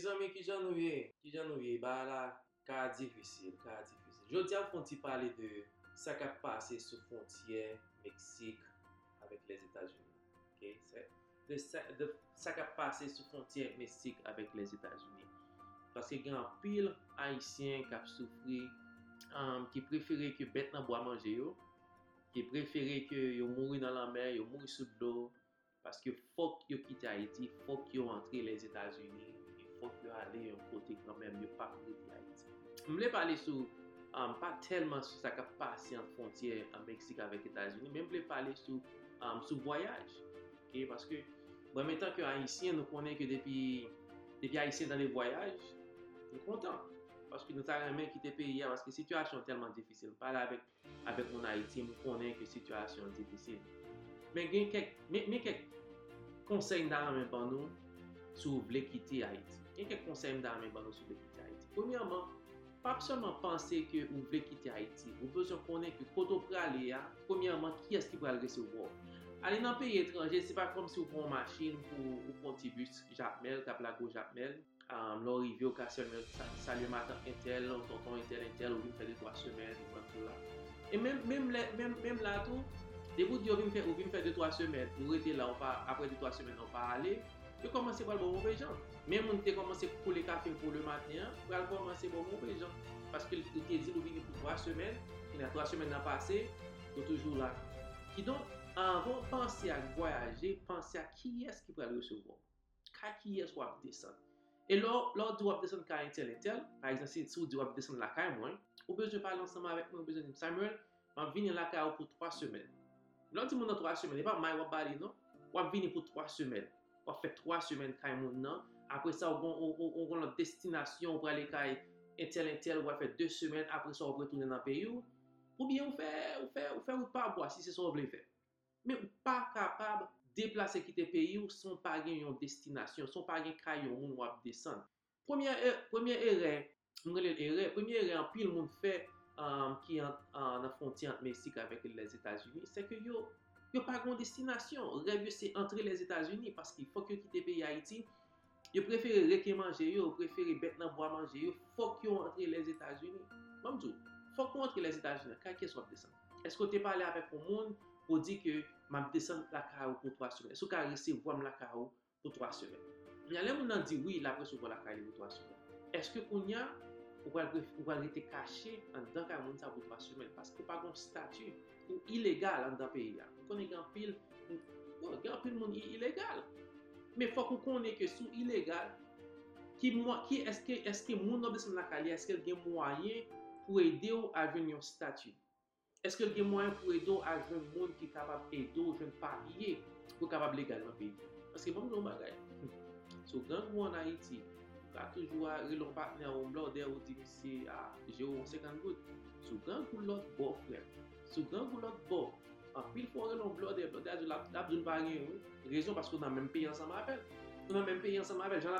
Mes amis qui j'en ouye, bah là, cas difficile. Je tiens à te parler de ça qui a passé sur frontière Mexique avec les États-Unis. Ok? C'est de ça qui a passé sur frontière Mexique avec les États-Unis. Parce que il y a un pile haïtien qui a souffert, qui préférait que bête nan bois manger yo, qui préférait que yo mourir dans la mer, yo mourir sous l'eau, parce que faut que yo quitte Haïti, faut que yo entre les États-Unis, il faut que yo aller un côté quand même, yo pas quitter Haïti. Je voulais parler sur pas tellement sur ça qui a passé en frontière en Mexique avec les États-Unis, mais je voulais parler sur voyage, okay? Parce que en même temps que haïtien, nous connaissons que depuis haïtien dans les voyages, nous sommes contents. Parce que nous avons même quitté le pays parce que la situation est tellement difficile. Parler avec mon Haïti, nous connaissons que la situation est difficile. Mais il y a quelques conseils dans la main pour nous si vous voulez quitter Haïti. Il y a quelques conseils dans la main pour nous si vous voulez quitter Haïti. Premièrement, pas seulement penser que vous voulez quitter Haïti. Vous besoin connaître que quand vous pouvez aller, premièrement, qui est-ce qui va le recevoir? Aller dans un pays étranger, ce n'est pas comme si vous prenez une machine pour un petit bus Japmel, cap la go Japmel. L'arrivée au cas seulement, salut matin, intel, tonton intel, ou vient faire 2-3 semaines, ou tout là. Et même là, tout, dès que vous venez faire 2-3 semaines, vous restez là, après 2-3 semaines, on va aller, vous commencez par le bon mauvais gens. Même si vous commencez pour les cafés pour le matin, vous allez commencer par le mauvais gens. Parce que vous avez dit, vous venez pour 3 semaines, il y a 3 semaines passées, vous êtes toujours là. Qui donc, avant de penser à voyager, pensez à qui est-ce qui va le recevoir, qui est-ce qui va descendre. Et là, tu vas descendre à intel. Par exemple, si tu vas descendre la caille, moi, ou besoin de parler ensemble avec moi, ou besoin de Samuel, je vais venir la caille pour 3 semaines. Là, tu dans 3 semaines, et pas mal, on va parler, non? On va venir pour 3 semaines. On va faire 3 semaines caille, non? Après ça, on va notre destination pour aller caille intel, on va faire 2 semaines. Après ça, on va retourner dans le pays. Ou bien, on fait ou pas boire si c'est ça qu'on veut faire. Mais on pas capable déplacer quitter pays ou sans pas gagner une destination, sans pas gagner caillou moun ou descendre. Première erreur en pile monde fait qui en la frontière entre Mexique avec les États-Unis, c'est que yo pas de destination. Rêve c'est entrer les États-Unis parce qu'il faut que quitter pays Haïti. Yo préfère reke manger yo, préfère bête nan bois manger yo, faut que yo entre les États-Unis. Même tout, faut qu'on entre les États-Unis, qu'est-ce soit descendre. Est-ce que tu parlé avec un monde pour dire que je descends la carrière pour 3 semaines? Est-ce que tu as recevoir la carrière pour 3 semaines? Il y a des gens qui disent oui, il a recevoir la carrière pour 3 semaines. Est-ce que qu'on y a ou va rester caché en dedans ka moun sa pour 3 semaines parce que pas un statut ou illégal dans le pays. On connaît grand pile monde illégal. Mais il faut qu'on connaisse que sous illégal est-ce que moun nan descend la carrière, est-ce qu'il y a moyen pour aider à venir un statut? Est-ce qu'il y a moyen pour aider à jouer un monde qui est capable d'aider ou jouer un papier pour capable légalement payer? Parce que bon, nous bagaille. Sur grand groupe en Haïti, on a toujours un partenaire au blanc ou dit c'est à 50 gouttes. Sur grand groupe l'autre bon frère. Sur grand groupe l'autre bon. En pile fois on blanc de la besoin pas raison parce qu'on a même pays ensemble avec. On a même pays ensemble avec. J'en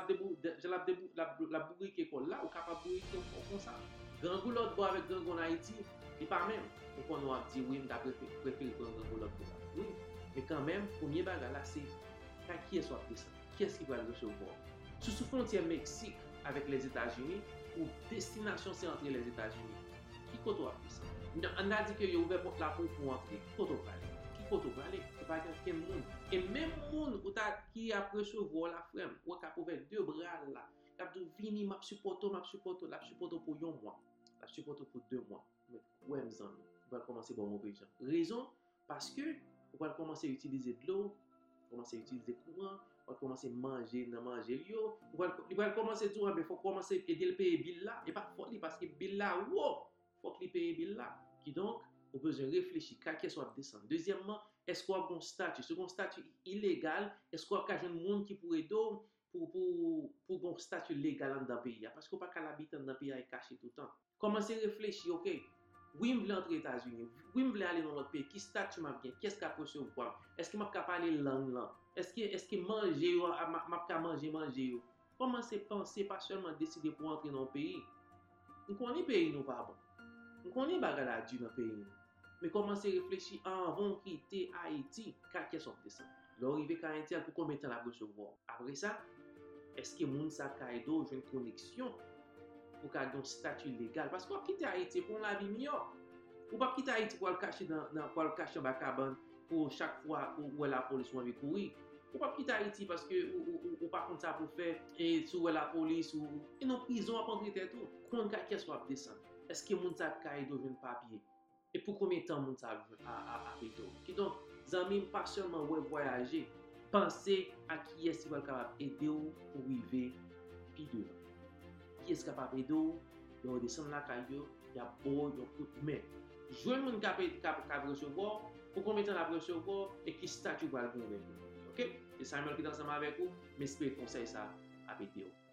la bourrique école là ou capable bourrique comme ça. Grand groupe l'autre bon avec grand groupe en Haïti. Et pas même, on a dit oui, on préféré prendre un l'autre. Oui, mais quand même, premier bagage là, c'est qui est soit descend, qui est-ce qui va le recevoir. Sous frontière Mexique avec les États-Unis, ou destination c'est entre les États-Unis, qui côté va descendre? On a dit que y a ouvert la porte pour entrer, qui côté va aller? Qui côté va aller? C'est pas quelqu'un monde. Et même monde qui a recevoir la frème, ou qui a ouvert 2 bras là, qui a dit vini m'a supporter pour 1 mois, la supporter pour 2 mois. Mais ouais, mes amis, on va commencer par mauvais gens. Raison, parce que on va commencer à utiliser de l'eau, commencer à utiliser courant, on va commencer à manger, on va commencer à dire, il faut commencer à aider le payer bill là, et pas faut parce que bill là, wow, faut que le payer bill là. Qui donc, on a besoin de réfléchir, qu'est-ce soit descendre. Deuxièmement, est-ce qu'on a un statut? Ce qu'on statut illégal, est-ce qu'on a un monde qui pourrait aider pour un statut légal dans le pays? Parce qu'on ne peut pas l'habiter dans le pays et caché tout le temps. Commencez à réfléchir, ok, oui, je veux entrer aux États-Unis, oui, je veux aller dans l'autre pays, qui statut m'a bien, qu'est-ce qu'il y a pour recevoir? Est-ce que je peux parler langue là? Est-ce que manger, je peux manger? Commencez à penser, pas seulement décider pour entrer dans le pays. Nous connaissons le pays, nous pas bon. Nous connaissons les bagages dans le pays. Mais commencez à réfléchir avant de quitter Haïti, qu'est-ce qu'on descend? L'arrivée à Haïti, pour combien de temps la recevoir? Après ça, Est-ce que moun sa kaido jwen connexion pour ka gen statut légal? Parce qu'on quitte Haïti pour la vie meilleure. Ou pas quitter Haïti pour le cacher pour le cacher dans la cabane pour chaque fois où la police va courir. Ou pas quitter Haïti parce que ou pas contre ça pour faire et sous la police ou et non prison à prendre tout. Quand qu'est-ce qu'on descendre? Est-ce que moun sa kaido jwen papier? Et pour combien de temps moun sa à payer? Qui donc amis pas seulement voyager, penser à qui est-ce qui va capable aider ou pour arriver puis de qui est capable d'aider ou de descendre la caillou, il y a beau, il y a tout mais jouer moun capable recevoir pour combien de temps la recevoir et qui statut va le donner. OK? C'est Samuel qui est ensemble avec vous, mais j'espère conseil ça à vidéo.